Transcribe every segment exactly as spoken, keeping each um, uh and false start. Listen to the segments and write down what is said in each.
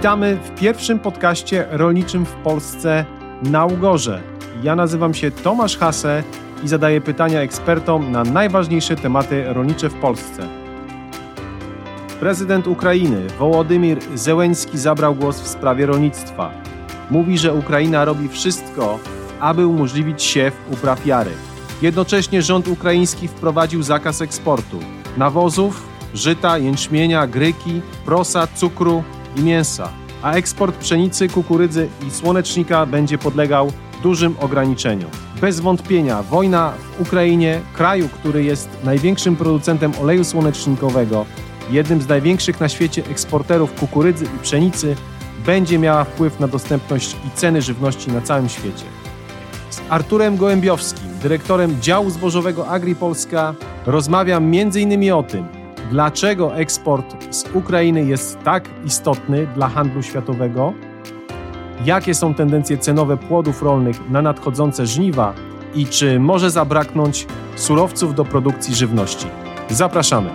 Witamy w pierwszym podcaście rolniczym w Polsce na Ugorze. Ja nazywam się Tomasz Hase i zadaję pytania ekspertom na najważniejsze tematy rolnicze w Polsce. Prezydent Ukrainy Wołodymyr Zełenski zabrał głos w sprawie rolnictwa. Mówi, że Ukraina robi wszystko, aby umożliwić siew upraw jary. Jednocześnie rząd ukraiński wprowadził zakaz eksportu nawozów, żyta, jęczmienia, gryki, prosa, cukru i mięsa, a eksport pszenicy, kukurydzy i słonecznika będzie podlegał dużym ograniczeniom. Bez wątpienia wojna w Ukrainie, kraju, który jest największym producentem oleju słonecznikowego, jednym z największych na świecie eksporterów kukurydzy i pszenicy, będzie miała wpływ na dostępność i ceny żywności na całym świecie. Z Arturem Gołębiowskim, dyrektorem działu zbożowego AgriPolska, rozmawiam między innymi o tym, dlaczego eksport z Ukrainy jest tak istotny dla handlu światowego, jakie są tendencje cenowe płodów rolnych na nadchodzące żniwa i czy może zabraknąć surowców do produkcji żywności. Zapraszamy.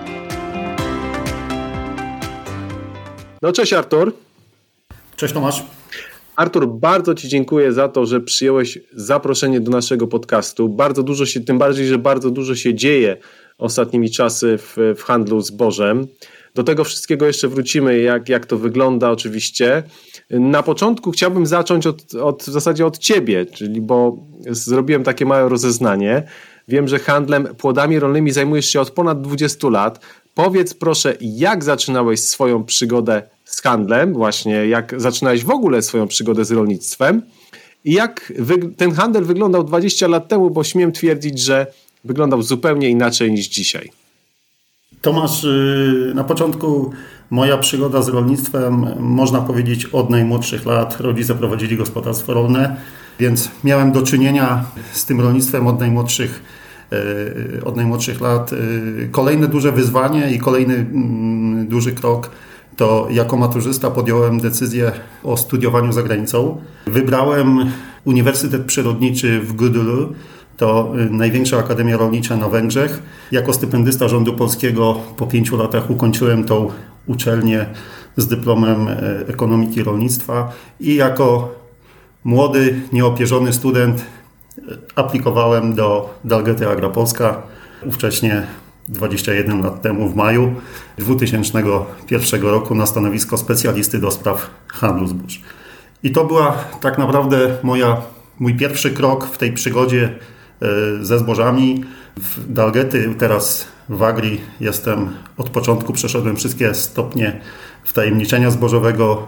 No cześć Artur. Cześć Tomasz. Artur, bardzo Ci dziękuję za to, że przyjąłeś zaproszenie do naszego podcastu. Bardzo dużo się, tym bardziej, że bardzo dużo się dzieje ostatnimi czasy w, w handlu zbożem. Do tego wszystkiego jeszcze wrócimy, jak, jak to wygląda oczywiście. Na początku chciałbym zacząć od, od, w zasadzie od Ciebie, czyli bo zrobiłem takie małe rozeznanie. Wiem, że handlem płodami rolnymi zajmujesz się od ponad dwudziestu lat. Powiedz proszę, jak zaczynałeś swoją przygodę z handlem, właśnie jak zaczynałeś w ogóle swoją przygodę z rolnictwem i jak wy, ten handel wyglądał dwadzieścia lat temu, bo śmiem twierdzić, że wyglądał zupełnie inaczej niż dzisiaj. Tomasz, na początku moja przygoda z rolnictwem, można powiedzieć od najmłodszych lat. Rodzice prowadzili gospodarstwo rolne, więc miałem do czynienia z tym rolnictwem od najmłodszych, od najmłodszych lat. Kolejne duże wyzwanie i kolejny duży krok to jako maturzysta podjąłem decyzję o studiowaniu za granicą. Wybrałem Uniwersytet Przyrodniczy w Gdyni. To największa akademia rolnicza na Węgrzech. Jako stypendysta rządu polskiego po pięciu latach ukończyłem tą uczelnię z dyplomem ekonomiki rolnictwa i jako młody, nieopierzony student aplikowałem do Dalgety AgriPolska ówcześnie dwadzieścia jeden lat temu w maju dwutysięcznego pierwszego roku na stanowisko specjalisty do spraw handlu zbóż. I to była tak naprawdę moja, mój pierwszy krok w tej przygodzie ze zbożami. W Dalgety, teraz w Agri jestem od początku, przeszedłem wszystkie stopnie wtajemniczenia zbożowego.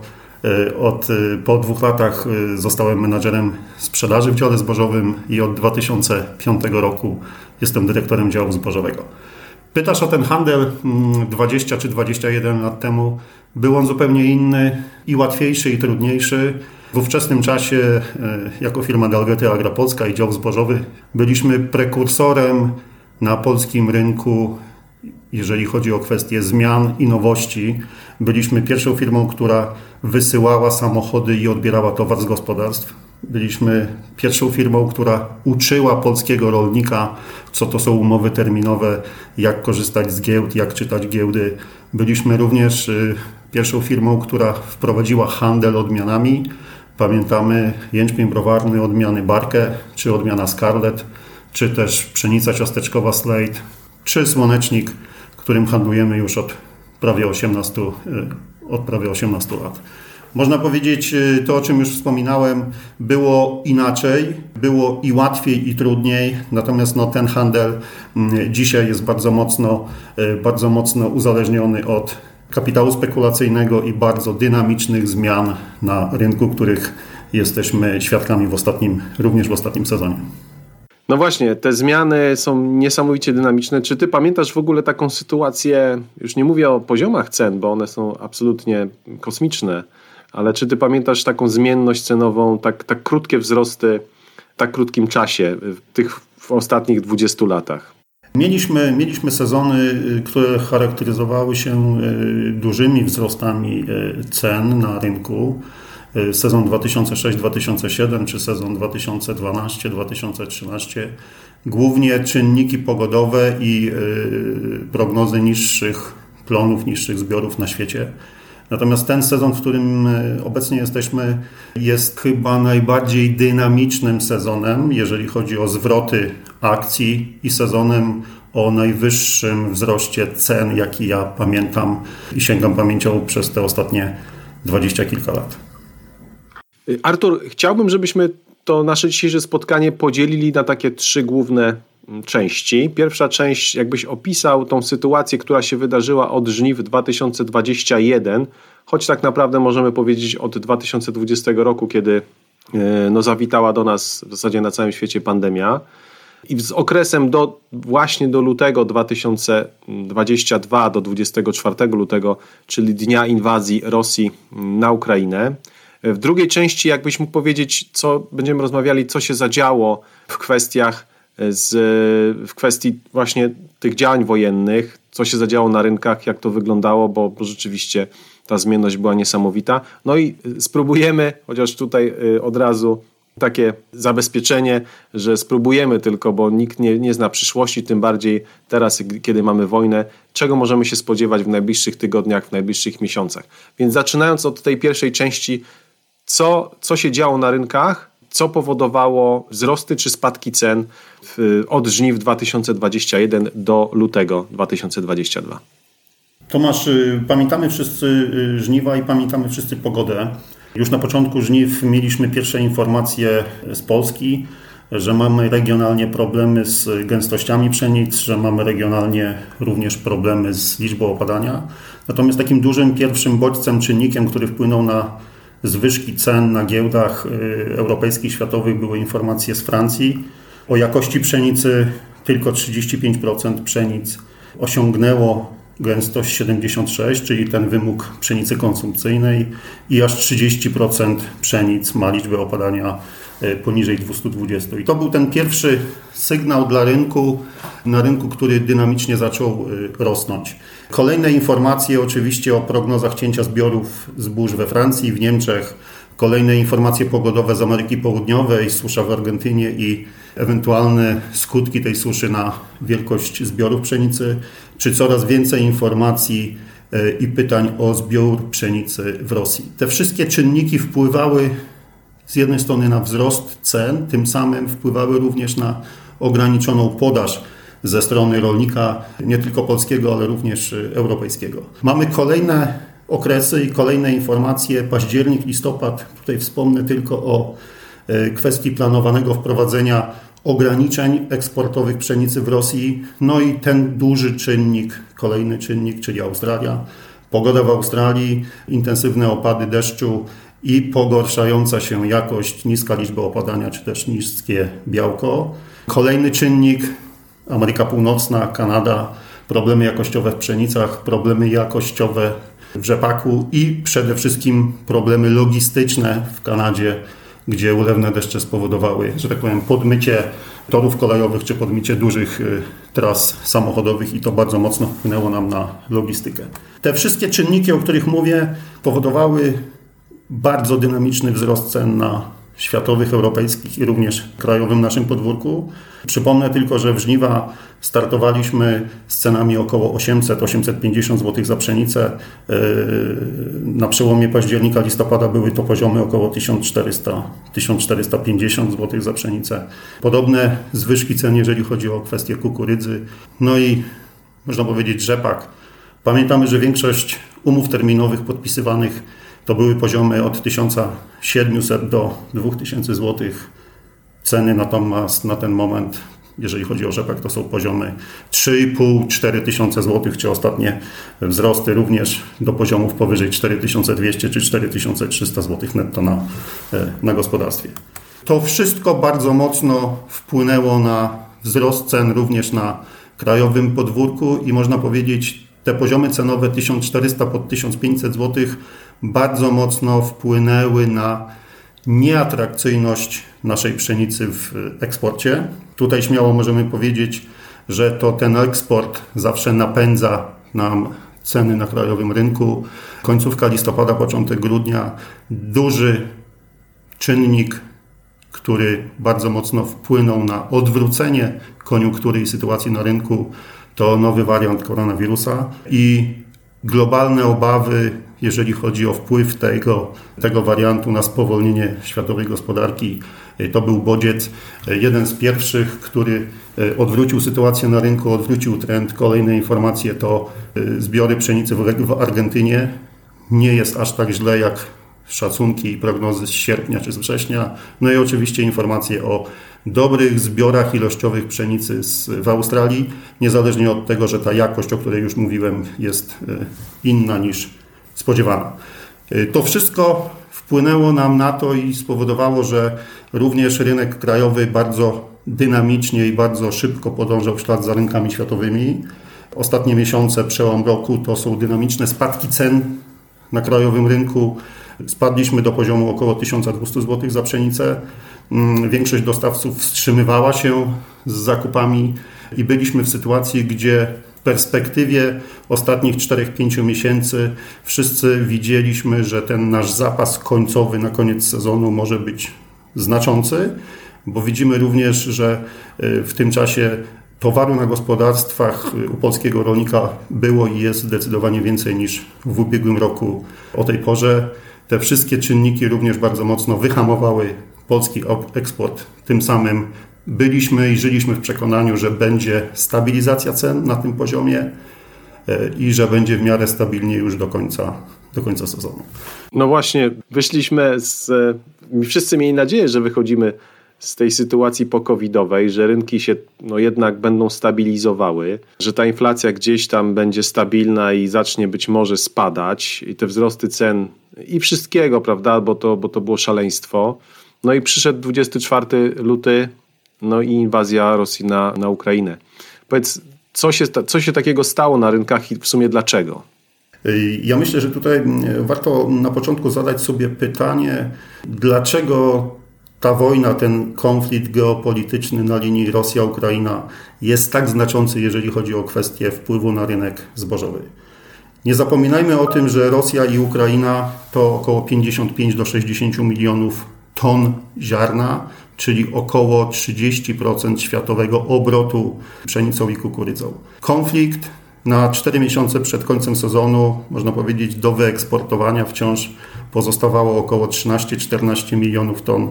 Od, po dwóch latach zostałem menadżerem sprzedaży w dziale zbożowym i od dwa tysiące piątego roku jestem dyrektorem działu zbożowego. Pytasz o ten handel dwadzieścia czy dwadzieścia jeden lat temu. Był on zupełnie inny i łatwiejszy i trudniejszy. W ówczesnym czasie jako firma Dalgety AgriPolska i dział zbożowy byliśmy prekursorem na polskim rynku, jeżeli chodzi o kwestie zmian i nowości. Byliśmy pierwszą firmą, która wysyłała samochody i odbierała towar z gospodarstw. Byliśmy pierwszą firmą, która uczyła polskiego rolnika, co to są umowy terminowe, jak korzystać z giełd, jak czytać giełdy. Byliśmy również pierwszą firmą, która wprowadziła handel odmianami. Pamiętamy jęczmień browarny, odmiany Barkę, czy odmiana Scarlet, czy też pszenica ciasteczkowa Slate, czy słonecznik, którym handlujemy już od prawie osiemnastu, od prawie osiemnastu lat. Można powiedzieć, to o czym już wspominałem, było inaczej, było i łatwiej i trudniej, natomiast no, ten handel dzisiaj jest bardzo mocno, bardzo mocno uzależniony od kapitału spekulacyjnego i bardzo dynamicznych zmian na rynku, których jesteśmy świadkami w ostatnim, również w ostatnim sezonie. No właśnie, te zmiany są niesamowicie dynamiczne. Czy ty pamiętasz w ogóle taką sytuację, już nie mówię o poziomach cen, bo one są absolutnie kosmiczne, ale czy ty pamiętasz taką zmienność cenową, tak, tak krótkie wzrosty w tak krótkim czasie, w tych w ostatnich dwudziestu latach? Mieliśmy, mieliśmy sezony, które charakteryzowały się dużymi wzrostami cen na rynku. Sezon dwa tysiące szósty dwa tysiące siódmy czy sezon dwa tysiące dwunasty dwa tysiące trzynasty. Głównie czynniki pogodowe i prognozy niższych plonów, niższych zbiorów na świecie Natomiast ten sezon, w którym obecnie jesteśmy, jest chyba najbardziej dynamicznym sezonem, jeżeli chodzi o zwroty akcji i sezonem o najwyższym wzroście cen, jaki ja pamiętam i sięgam pamięcią przez te ostatnie dwadzieścia kilka lat. Artur, chciałbym, żebyśmy to nasze dzisiejsze spotkanie podzielili na takie trzy główne części. Pierwsza część, jakbyś opisał tą sytuację, która się wydarzyła od żniw dwa tysiące dwudziestego pierwszego, choć tak naprawdę możemy powiedzieć od dwa tysiące dwudziestego roku, kiedy no, zawitała do nas w zasadzie na całym świecie pandemia. I z okresem do, właśnie do lutego dwa tysiące dwudziestego drugiego do dwudziestego czwartego lutego, czyli dnia inwazji Rosji na Ukrainę. W drugiej części, jakbyś mógł powiedzieć, co będziemy rozmawiali, co się zadziało w kwestiach z, w kwestii właśnie tych działań wojennych, co się zadziało na rynkach, jak to wyglądało, bo, bo rzeczywiście ta zmienność była niesamowita. No i spróbujemy, chociaż tutaj od razu takie zabezpieczenie, że spróbujemy tylko, bo nikt nie, nie zna przyszłości, tym bardziej teraz, kiedy mamy wojnę, czego możemy się spodziewać w najbliższych tygodniach, w najbliższych miesiącach. Więc zaczynając od tej pierwszej części, co, co się działo na rynkach, co powodowało wzrosty czy spadki cen w, od żniw dwa tysiące dwudziestego pierwszego do lutego dwa tysiące dwudziestego drugiego. Tomasz, pamiętamy wszyscy żniwa i pamiętamy wszyscy pogodę. Już na początku żniw mieliśmy pierwsze informacje z Polski, że mamy regionalnie problemy z gęstościami pszenic, że mamy regionalnie również problemy z liczbą opadania. Natomiast takim dużym pierwszym bodźcem, czynnikiem, który wpłynął na zwyżki cen na giełdach europejskich, światowych, były informacje z Francji. O jakości pszenicy tylko trzydzieści pięć procent pszenic osiągnęło gęstość siedemdziesiąt sześć, czyli ten wymóg pszenicy konsumpcyjnej, i aż trzydzieści procent pszenic ma liczbę opadania poniżej dwieście dwadzieścia. I to był ten pierwszy sygnał dla rynku, na rynku, który dynamicznie zaczął rosnąć. Kolejne informacje oczywiście o prognozach cięcia zbiorów zbóż we Francji i w Niemczech, kolejne informacje pogodowe z Ameryki Południowej, susza w Argentynie i ewentualne skutki tej suszy na wielkość zbiorów pszenicy, czy coraz więcej informacji i pytań o zbiór pszenicy w Rosji. Te wszystkie czynniki wpływały z jednej strony na wzrost cen, tym samym wpływały również na ograniczoną podaż ze strony rolnika, nie tylko polskiego, ale również europejskiego. Mamy kolejne okresy i kolejne informacje. Październik, listopad. Tutaj wspomnę tylko o kwestii planowanego wprowadzenia ograniczeń eksportowych pszenicy w Rosji. No i ten duży czynnik, kolejny czynnik, czyli Australia. Pogoda w Australii, intensywne opady deszczu i pogarszająca się jakość, niska liczba opadania, czy też niskie białko. Kolejny czynnik, Ameryka Północna, Kanada, problemy jakościowe w pszenicach, problemy jakościowe w rzepaku i przede wszystkim problemy logistyczne w Kanadzie, gdzie ulewne deszcze spowodowały, że tak powiem, podmycie torów kolejowych czy podmycie dużych tras samochodowych, i to bardzo mocno wpłynęło nam na logistykę. Te wszystkie czynniki, o których mówię, powodowały bardzo dynamiczny wzrost cen na światowych, europejskich i również krajowym naszym podwórku. Przypomnę tylko, że w żniwa startowaliśmy z cenami około osiemset do osiemset pięćdziesiąt złotych za pszenicę. Na przełomie października, listopada były to poziomy około tysiąc czterysta do tysiąc czterysta pięćdziesiąt złotych za pszenicę. Podobne zwyżki cen, jeżeli chodzi o kwestię kukurydzy. No i można powiedzieć rzepak. Pamiętamy, że większość umów terminowych podpisywanych to były poziomy od tysiąc siedemset do dwa tysiące złotych. Ceny natomiast na ten moment, jeżeli chodzi o rzepak, to są poziomy trzy i pół do czterech tysięcy złotych, czy ostatnie wzrosty również do poziomów powyżej cztery tysiące dwieście czy cztery tysiące trzysta złotych netto na, na gospodarstwie. To wszystko bardzo mocno wpłynęło na wzrost cen również na krajowym podwórku i można powiedzieć, te poziomy cenowe tysiąc czterysta pod tysiąc pięćset złotych bardzo mocno wpłynęły na nieatrakcyjność naszej pszenicy w eksporcie. Tutaj śmiało możemy powiedzieć, że to ten eksport zawsze napędza nam ceny na krajowym rynku. Końcówka listopada, początek grudnia, duży czynnik, który bardzo mocno wpłynął na odwrócenie koniunktury i sytuacji na rynku, to nowy wariant koronawirusa i globalne obawy, jeżeli chodzi o wpływ tego, tego wariantu na spowolnienie światowej gospodarki. To był bodziec, jeden z pierwszych, który odwrócił sytuację na rynku, odwrócił trend. Kolejne informacje to zbiory pszenicy w Argentynie. Nie jest aż tak źle jak szacunki i prognozy z sierpnia czy z września. No i oczywiście informacje o dobrych zbiorach ilościowych pszenicy z, w Australii, niezależnie od tego, że ta jakość, o której już mówiłem, jest inna niż spodziewana. To wszystko wpłynęło nam na to i spowodowało, że również rynek krajowy bardzo dynamicznie i bardzo szybko podążał w ślad za rynkami światowymi. Ostatnie miesiące, przełom roku, to są dynamiczne spadki cen na krajowym rynku. Spadliśmy do poziomu około tysiąc dwieście złotych za pszenicę. Większość dostawców wstrzymywała się z zakupami i byliśmy w sytuacji, gdzie w perspektywie ostatnich czterech pięciu miesięcy wszyscy widzieliśmy, że ten nasz zapas końcowy na koniec sezonu może być znaczący, bo widzimy również, że w tym czasie towaru na gospodarstwach u polskiego rolnika było i jest zdecydowanie więcej niż w ubiegłym roku. O tej porze te wszystkie czynniki również bardzo mocno wyhamowały polski eksport. Tym samym byliśmy i żyliśmy w przekonaniu, że będzie stabilizacja cen na tym poziomie i że będzie w miarę stabilnie już do końca, do końca sezonu. No właśnie, wyszliśmy z... Wszyscy mieli nadzieję, że wychodzimy z tej sytuacji pokowidowej, że rynki się no jednak będą stabilizowały, że ta inflacja gdzieś tam będzie stabilna i zacznie być może spadać i te wzrosty cen i wszystkiego, prawda, bo to, bo to było szaleństwo. No i przyszedł dwudziestego czwartego lutego, no i inwazja Rosji na, na Ukrainę. Powiedz, co się, co się takiego stało na rynkach i w sumie dlaczego? Ja myślę, że tutaj warto na początku zadać sobie pytanie, dlaczego ta wojna, ten konflikt geopolityczny na linii Rosja-Ukraina jest tak znaczący, jeżeli chodzi o kwestię wpływu na rynek zbożowy. Nie zapominajmy o tym, że Rosja i Ukraina to około pięćdziesiąt pięć do sześćdziesięciu milionów ton ziarna, czyli około trzydzieści procent światowego obrotu pszenicą i kukurydzą. Konflikt na cztery miesiące przed końcem sezonu, można powiedzieć, do wyeksportowania wciąż pozostawało około trzynaście do czternastu milionów ton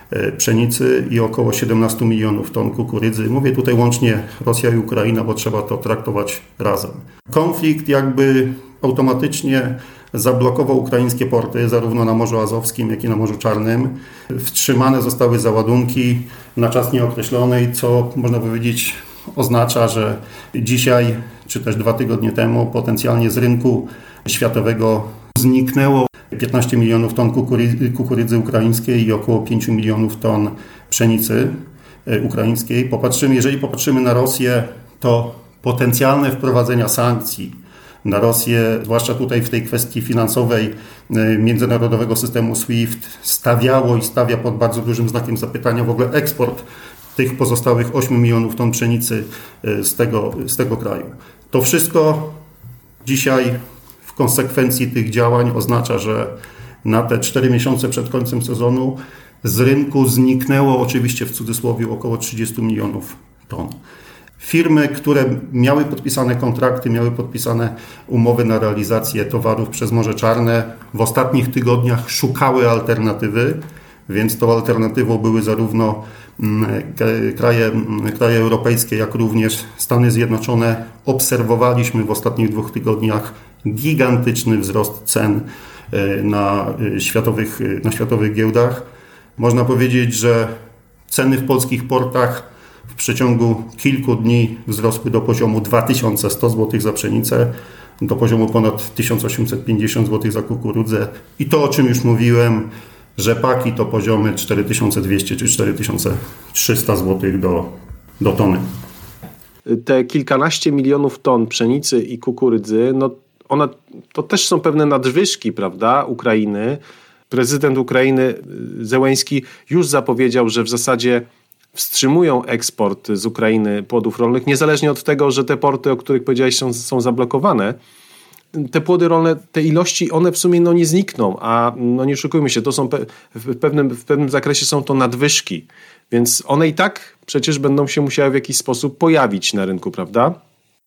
pszenicy i około siedemnaście milionów ton kukurydzy. Mówię tutaj łącznie Rosja i Ukraina, bo trzeba to traktować razem. Konflikt jakby automatycznie zablokował ukraińskie porty, zarówno na Morzu Azowskim, jak i na Morzu Czarnym. Wstrzymane zostały załadunki na czas nieokreślony, co można powiedzieć oznacza, że dzisiaj, czy też dwa tygodnie temu, potencjalnie z rynku światowego zniknęło piętnaście milionów ton kukurydzy, kukurydzy ukraińskiej i około pięć milionów ton pszenicy ukraińskiej. Popatrzymy, jeżeli popatrzymy na Rosję, to potencjalne wprowadzenia sankcji na Rosję, zwłaszcza tutaj w tej kwestii finansowej międzynarodowego systemu SWIFT, stawiało i stawia pod bardzo dużym znakiem zapytania w ogóle eksport tych pozostałych ośmiu milionów ton pszenicy z tego, z tego kraju. To wszystko dzisiaj w konsekwencji tych działań oznacza, że na te cztery miesiące przed końcem sezonu z rynku zniknęło, oczywiście w cudzysłowie, około trzydziestu milionów ton. Firmy, które miały podpisane kontrakty, miały podpisane umowy na realizację towarów przez Morze Czarne, w ostatnich tygodniach szukały alternatywy, więc tą alternatywą były zarówno kraje, kraje europejskie, jak również Stany Zjednoczone. Obserwowaliśmy w ostatnich dwóch tygodniach gigantyczny wzrost cen na światowych, na światowych giełdach. Można powiedzieć, że ceny w polskich portach w przeciągu kilku dni wzrosły do poziomu dwa tysiące sto złotych za pszenicę, do poziomu ponad tysiąc osiemset pięćdziesiąt złotych za kukurydzę. I to, o czym już mówiłem, rzepaki to poziomy cztery tysiące dwieście czy cztery tysiące trzysta złotych do, do tony. Te kilkanaście milionów ton pszenicy i kukurydzy, no one, to też są pewne nadwyżki, prawda, Ukrainy. Prezydent Ukrainy Zełenski już zapowiedział, że w zasadzie wstrzymują eksport z Ukrainy płodów rolnych, niezależnie od tego, że te porty, o których powiedziałeś, są, są zablokowane. Te płody rolne, te ilości, one w sumie no nie znikną, a no nie oszukujmy się, to są pe- w, pewnym, w pewnym zakresie są to nadwyżki, więc one i tak przecież będą się musiały w jakiś sposób pojawić na rynku, prawda?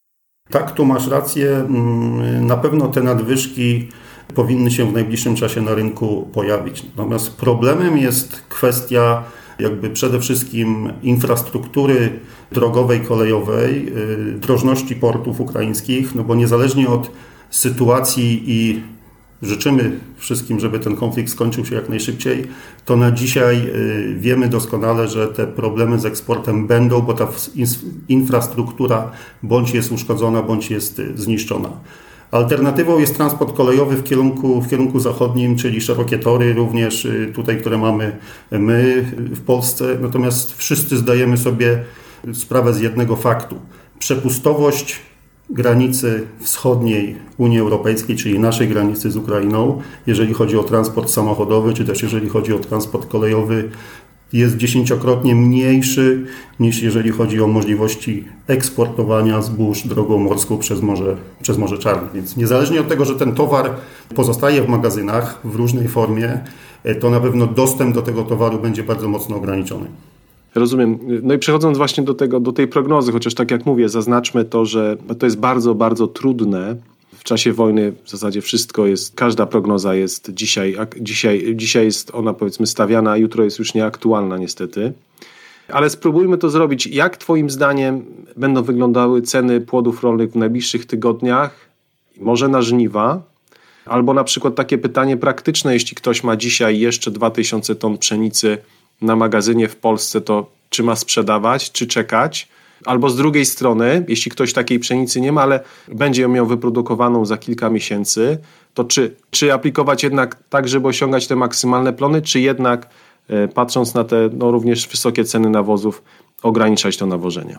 Tak, tu masz rację. Na pewno te nadwyżki powinny się w najbliższym czasie na rynku pojawić. Natomiast problemem jest kwestia jakby przede wszystkim infrastruktury drogowej, kolejowej, drożności portów ukraińskich, no bo niezależnie od sytuacji i życzymy wszystkim, żeby ten konflikt skończył się jak najszybciej, to na dzisiaj wiemy doskonale, że te problemy z eksportem będą, bo ta infrastruktura bądź jest uszkodzona, bądź jest zniszczona. Alternatywą jest transport kolejowy w kierunku, w kierunku zachodnim, czyli szerokie tory również tutaj, które mamy my w Polsce. Natomiast wszyscy zdajemy sobie sprawę z jednego faktu. Przepustowość granicy wschodniej Unii Europejskiej, czyli naszej granicy z Ukrainą, jeżeli chodzi o transport samochodowy, czy też jeżeli chodzi o transport kolejowy, jest dziesięciokrotnie mniejszy niż jeżeli chodzi o możliwości eksportowania zbóż drogą morską przez Morze, przez Morze Czarne. Więc niezależnie od tego, że ten towar pozostaje w magazynach w różnej formie, to na pewno dostęp do tego towaru będzie bardzo mocno ograniczony. Rozumiem. No i przechodząc właśnie do tego, do tej prognozy, chociaż tak jak mówię, zaznaczmy to, że to jest bardzo, bardzo trudne. W czasie wojny w zasadzie wszystko jest, każda prognoza jest dzisiaj, dzisiaj, dzisiaj jest ona powiedzmy stawiana, a jutro jest już nieaktualna niestety. Ale spróbujmy to zrobić. Jak twoim zdaniem będą wyglądały ceny płodów rolnych w najbliższych tygodniach? Może na żniwa? Albo na przykład takie pytanie praktyczne, jeśli ktoś ma dzisiaj jeszcze dwa tysiące ton pszenicy na magazynie w Polsce, to czy ma sprzedawać, czy czekać? Albo z drugiej strony, jeśli ktoś takiej pszenicy nie ma, ale będzie ją miał wyprodukowaną za kilka miesięcy, to czy, czy aplikować jednak tak, żeby osiągać te maksymalne plony, czy jednak e, patrząc na te no, również wysokie ceny nawozów, ograniczać to nawożenie?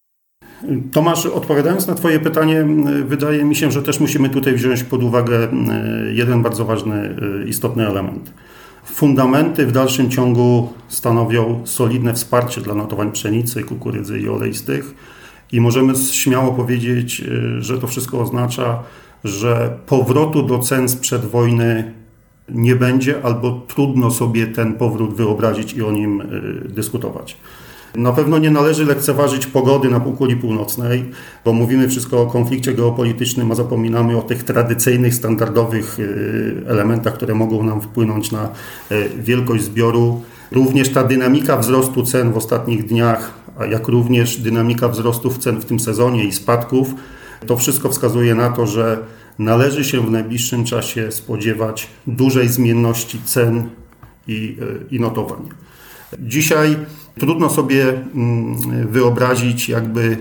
Tomasz, odpowiadając na twoje pytanie, wydaje mi się, że też musimy tutaj wziąć pod uwagę jeden bardzo ważny, istotny element. Fundamenty w dalszym ciągu stanowią solidne wsparcie dla notowań pszenicy, kukurydzy i oleistych i możemy śmiało powiedzieć, że to wszystko oznacza, że powrotu do cen sprzed wojny nie będzie albo trudno sobie ten powrót wyobrazić i o nim dyskutować. Na pewno nie należy lekceważyć pogody na półkuli północnej, bo mówimy wszystko o konflikcie geopolitycznym, a zapominamy o tych tradycyjnych, standardowych elementach, które mogą nam wpłynąć na wielkość zbioru. Również ta dynamika wzrostu cen w ostatnich dniach, a jak również dynamika wzrostów cen w tym sezonie i spadków, to wszystko wskazuje na to, że należy się w najbliższym czasie spodziewać dużej zmienności cen i, i notowań. Dzisiaj trudno sobie wyobrazić jakby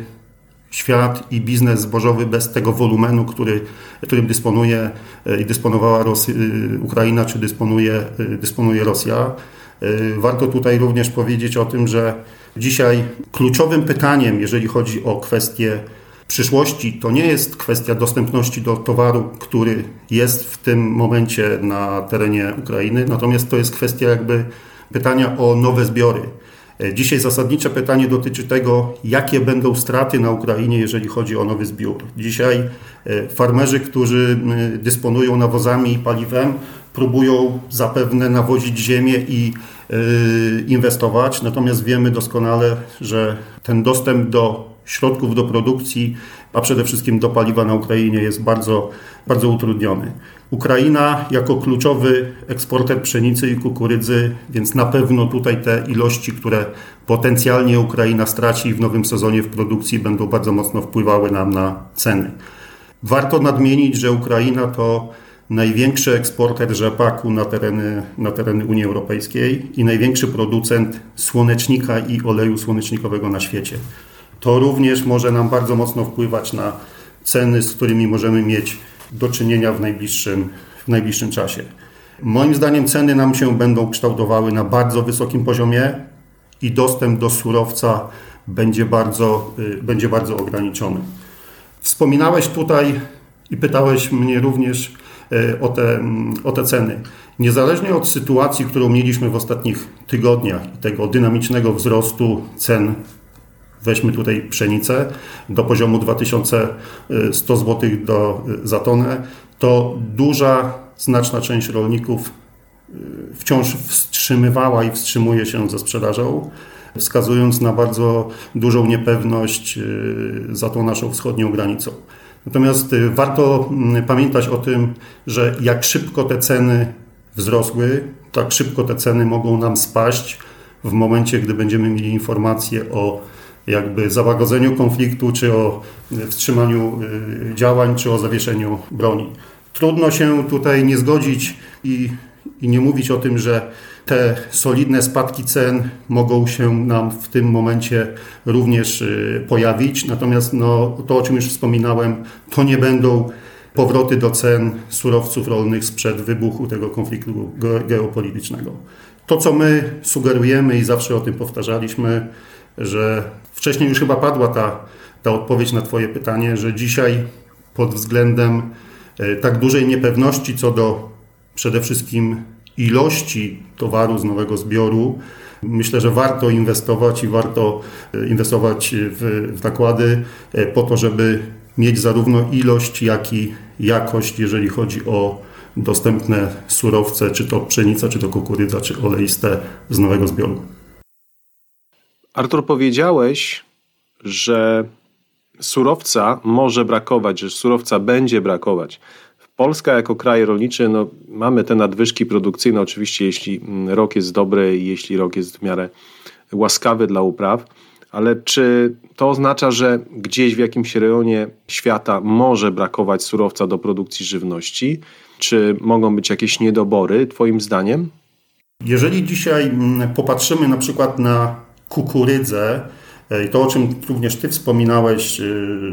świat i biznes zbożowy bez tego wolumenu, który, którym dysponuje i dysponowała Rosja, Ukraina, czy dysponuje, dysponuje Rosja. Warto tutaj również powiedzieć o tym, że dzisiaj kluczowym pytaniem, jeżeli chodzi o kwestię przyszłości, to nie jest kwestia dostępności do towaru, który jest w tym momencie na terenie Ukrainy, natomiast to jest kwestia jakby pytania o nowe zbiory. Dzisiaj zasadnicze pytanie dotyczy tego, jakie będą straty na Ukrainie, jeżeli chodzi o nowy zbiór. Dzisiaj farmerzy, którzy dysponują nawozami i paliwem, próbują zapewne nawozić ziemię i inwestować, natomiast wiemy doskonale, że ten dostęp do środków do produkcji, a przede wszystkim do paliwa na Ukrainie jest bardzo, bardzo utrudniony. Ukraina jako kluczowy eksporter pszenicy i kukurydzy, więc na pewno tutaj te ilości, które potencjalnie Ukraina straci w nowym sezonie w produkcji, będą bardzo mocno wpływały nam na ceny. Warto nadmienić, że Ukraina to największy eksporter rzepaku na tereny, na tereny Unii Europejskiej i największy producent słonecznika i oleju słonecznikowego na świecie. To również może nam bardzo mocno wpływać na ceny, z którymi możemy mieć do czynienia w najbliższym, w najbliższym czasie. Moim zdaniem ceny nam się będą kształtowały na bardzo wysokim poziomie i dostęp do surowca będzie bardzo, będzie bardzo ograniczony. Wspominałeś tutaj i pytałeś mnie również o te, o te ceny. Niezależnie od sytuacji, którą mieliśmy w ostatnich tygodniach i tego dynamicznego wzrostu cen, weźmy tutaj pszenicę do poziomu dwa tysiące sto złotych do, za tonę, to duża, znaczna część rolników wciąż wstrzymywała i wstrzymuje się ze sprzedażą. wskazując na bardzo dużą niepewność za tą naszą wschodnią granicą. Natomiast warto pamiętać o tym, że jak szybko te ceny wzrosły, tak szybko te ceny mogą nam spaść w momencie, gdy będziemy mieli informacje o jakby załagodzeniu konfliktu, czy o wstrzymaniu działań, czy o zawieszeniu broni. Trudno się tutaj nie zgodzić i, i nie mówić o tym, że te solidne spadki cen mogą się nam w tym momencie również pojawić. Natomiast no, to, o czym już wspominałem, to nie będą powroty do cen surowców rolnych sprzed wybuchu tego konfliktu geopolitycznego. To, co my sugerujemy i zawsze o tym powtarzaliśmy, że wcześniej już chyba padła ta, ta odpowiedź na Twoje pytanie, że dzisiaj pod względem tak dużej niepewności co do przede wszystkim ilości towaru z nowego zbioru, myślę, że warto inwestować i warto inwestować w, w nakłady po to, żeby mieć zarówno ilość, jak i jakość, jeżeli chodzi o dostępne surowce, czy to pszenica, czy to kukurydza, czy oleiste z nowego zbioru. Artur, powiedziałeś, że surowca może brakować, że surowca będzie brakować. Polska jako kraj rolniczy, no, mamy te nadwyżki produkcyjne, oczywiście jeśli rok jest dobry i jeśli rok jest w miarę łaskawy dla upraw, ale czy to oznacza, że gdzieś w jakimś rejonie świata może brakować surowca do produkcji żywności? Czy mogą być jakieś niedobory, Twoim zdaniem? Jeżeli dzisiaj popatrzymy na przykład na kukurydzę, i to, o czym również Ty wspominałeś,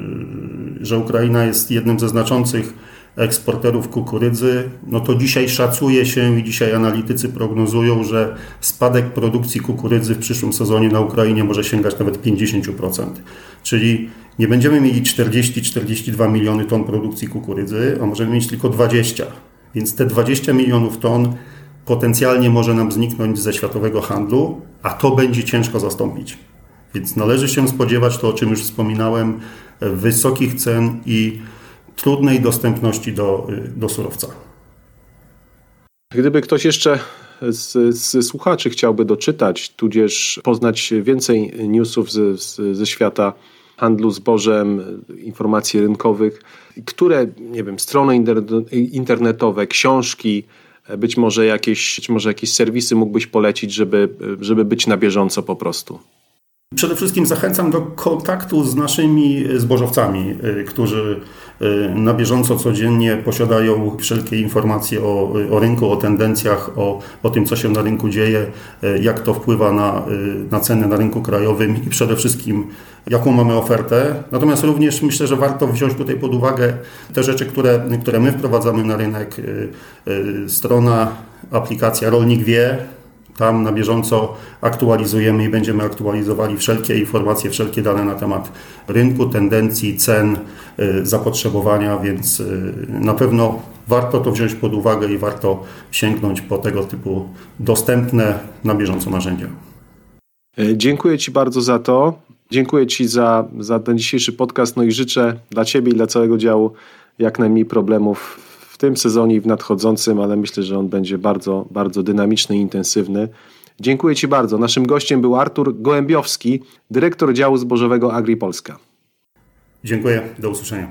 że Ukraina jest jednym ze znaczących eksporterów kukurydzy, no to dzisiaj szacuje się i dzisiaj analitycy prognozują, że spadek produkcji kukurydzy w przyszłym sezonie na Ukrainie może sięgać nawet pięćdziesiąt procent. Czyli nie będziemy mieli czterdzieści do czterdziestu dwóch milionów ton produkcji kukurydzy, a możemy mieć tylko dwadzieścia. Więc te dwadzieścia milionów ton potencjalnie może nam zniknąć ze światowego handlu, a to będzie ciężko zastąpić. Więc należy się spodziewać, to o czym już wspominałem, wysokich cen i trudnej dostępności do, do surowca. Gdyby ktoś jeszcze z, z słuchaczy chciałby doczytać, tudzież poznać więcej newsów z, z, ze świata handlu zbożem, informacji rynkowych, które, nie wiem, strony internetowe, książki, być może jakieś, być może jakieś serwisy mógłbyś polecić, żeby, żeby być na bieżąco po prostu? Przede wszystkim zachęcam do kontaktu z naszymi zbożowcami, którzy na bieżąco codziennie posiadają wszelkie informacje o, o rynku, o tendencjach, o, o tym, co się na rynku dzieje, jak to wpływa na, na ceny na rynku krajowym i przede wszystkim jaką mamy ofertę. Natomiast również myślę, że warto wziąć tutaj pod uwagę te rzeczy, które, które my wprowadzamy na rynek. Strona, aplikacja Rolnik Wie. Tam na bieżąco aktualizujemy i będziemy aktualizowali wszelkie informacje, wszelkie dane na temat rynku, tendencji, cen, zapotrzebowania, więc na pewno warto to wziąć pod uwagę i warto sięgnąć po tego typu dostępne na bieżąco narzędzia. Dziękuję Ci bardzo za to. Dziękuję Ci za, za ten dzisiejszy podcast. No i życzę dla Ciebie i dla całego działu jak najmniej problemów w tym sezonie i w nadchodzącym, ale myślę, że on będzie bardzo, bardzo dynamiczny i intensywny. Dziękuję Ci bardzo. Naszym gościem był Artur Gołębiowski, dyrektor działu zbożowego AgriPolska. Dziękuję. Do usłyszenia.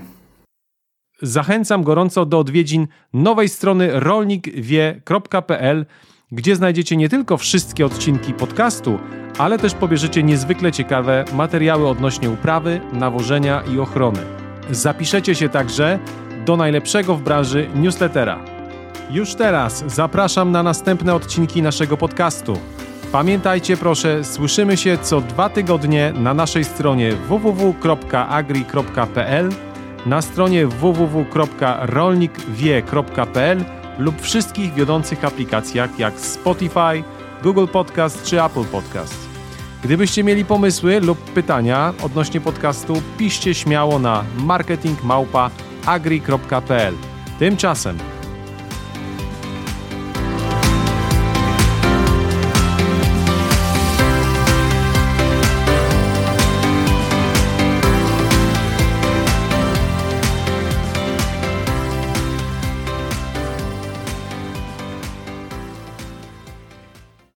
Zachęcam gorąco do odwiedzin nowej strony rolnik wie kropka p l, gdzie znajdziecie nie tylko wszystkie odcinki podcastu, ale też pobierzecie niezwykle ciekawe materiały odnośnie uprawy, nawożenia i ochrony. Zapiszecie się także do najlepszego w branży newslettera. Już teraz zapraszam na następne odcinki naszego podcastu. Pamiętajcie proszę, słyszymy się co dwa tygodnie na naszej stronie w w w kropka agri kropka p l, na stronie w w w kropka rolnik wie kropka p l lub wszystkich wiodących aplikacjach jak Spotify, Google Podcast czy Apple Podcast. Gdybyście mieli pomysły lub pytania odnośnie podcastu, piszcie śmiało na marketing małpa agri kropka p l. Tymczasem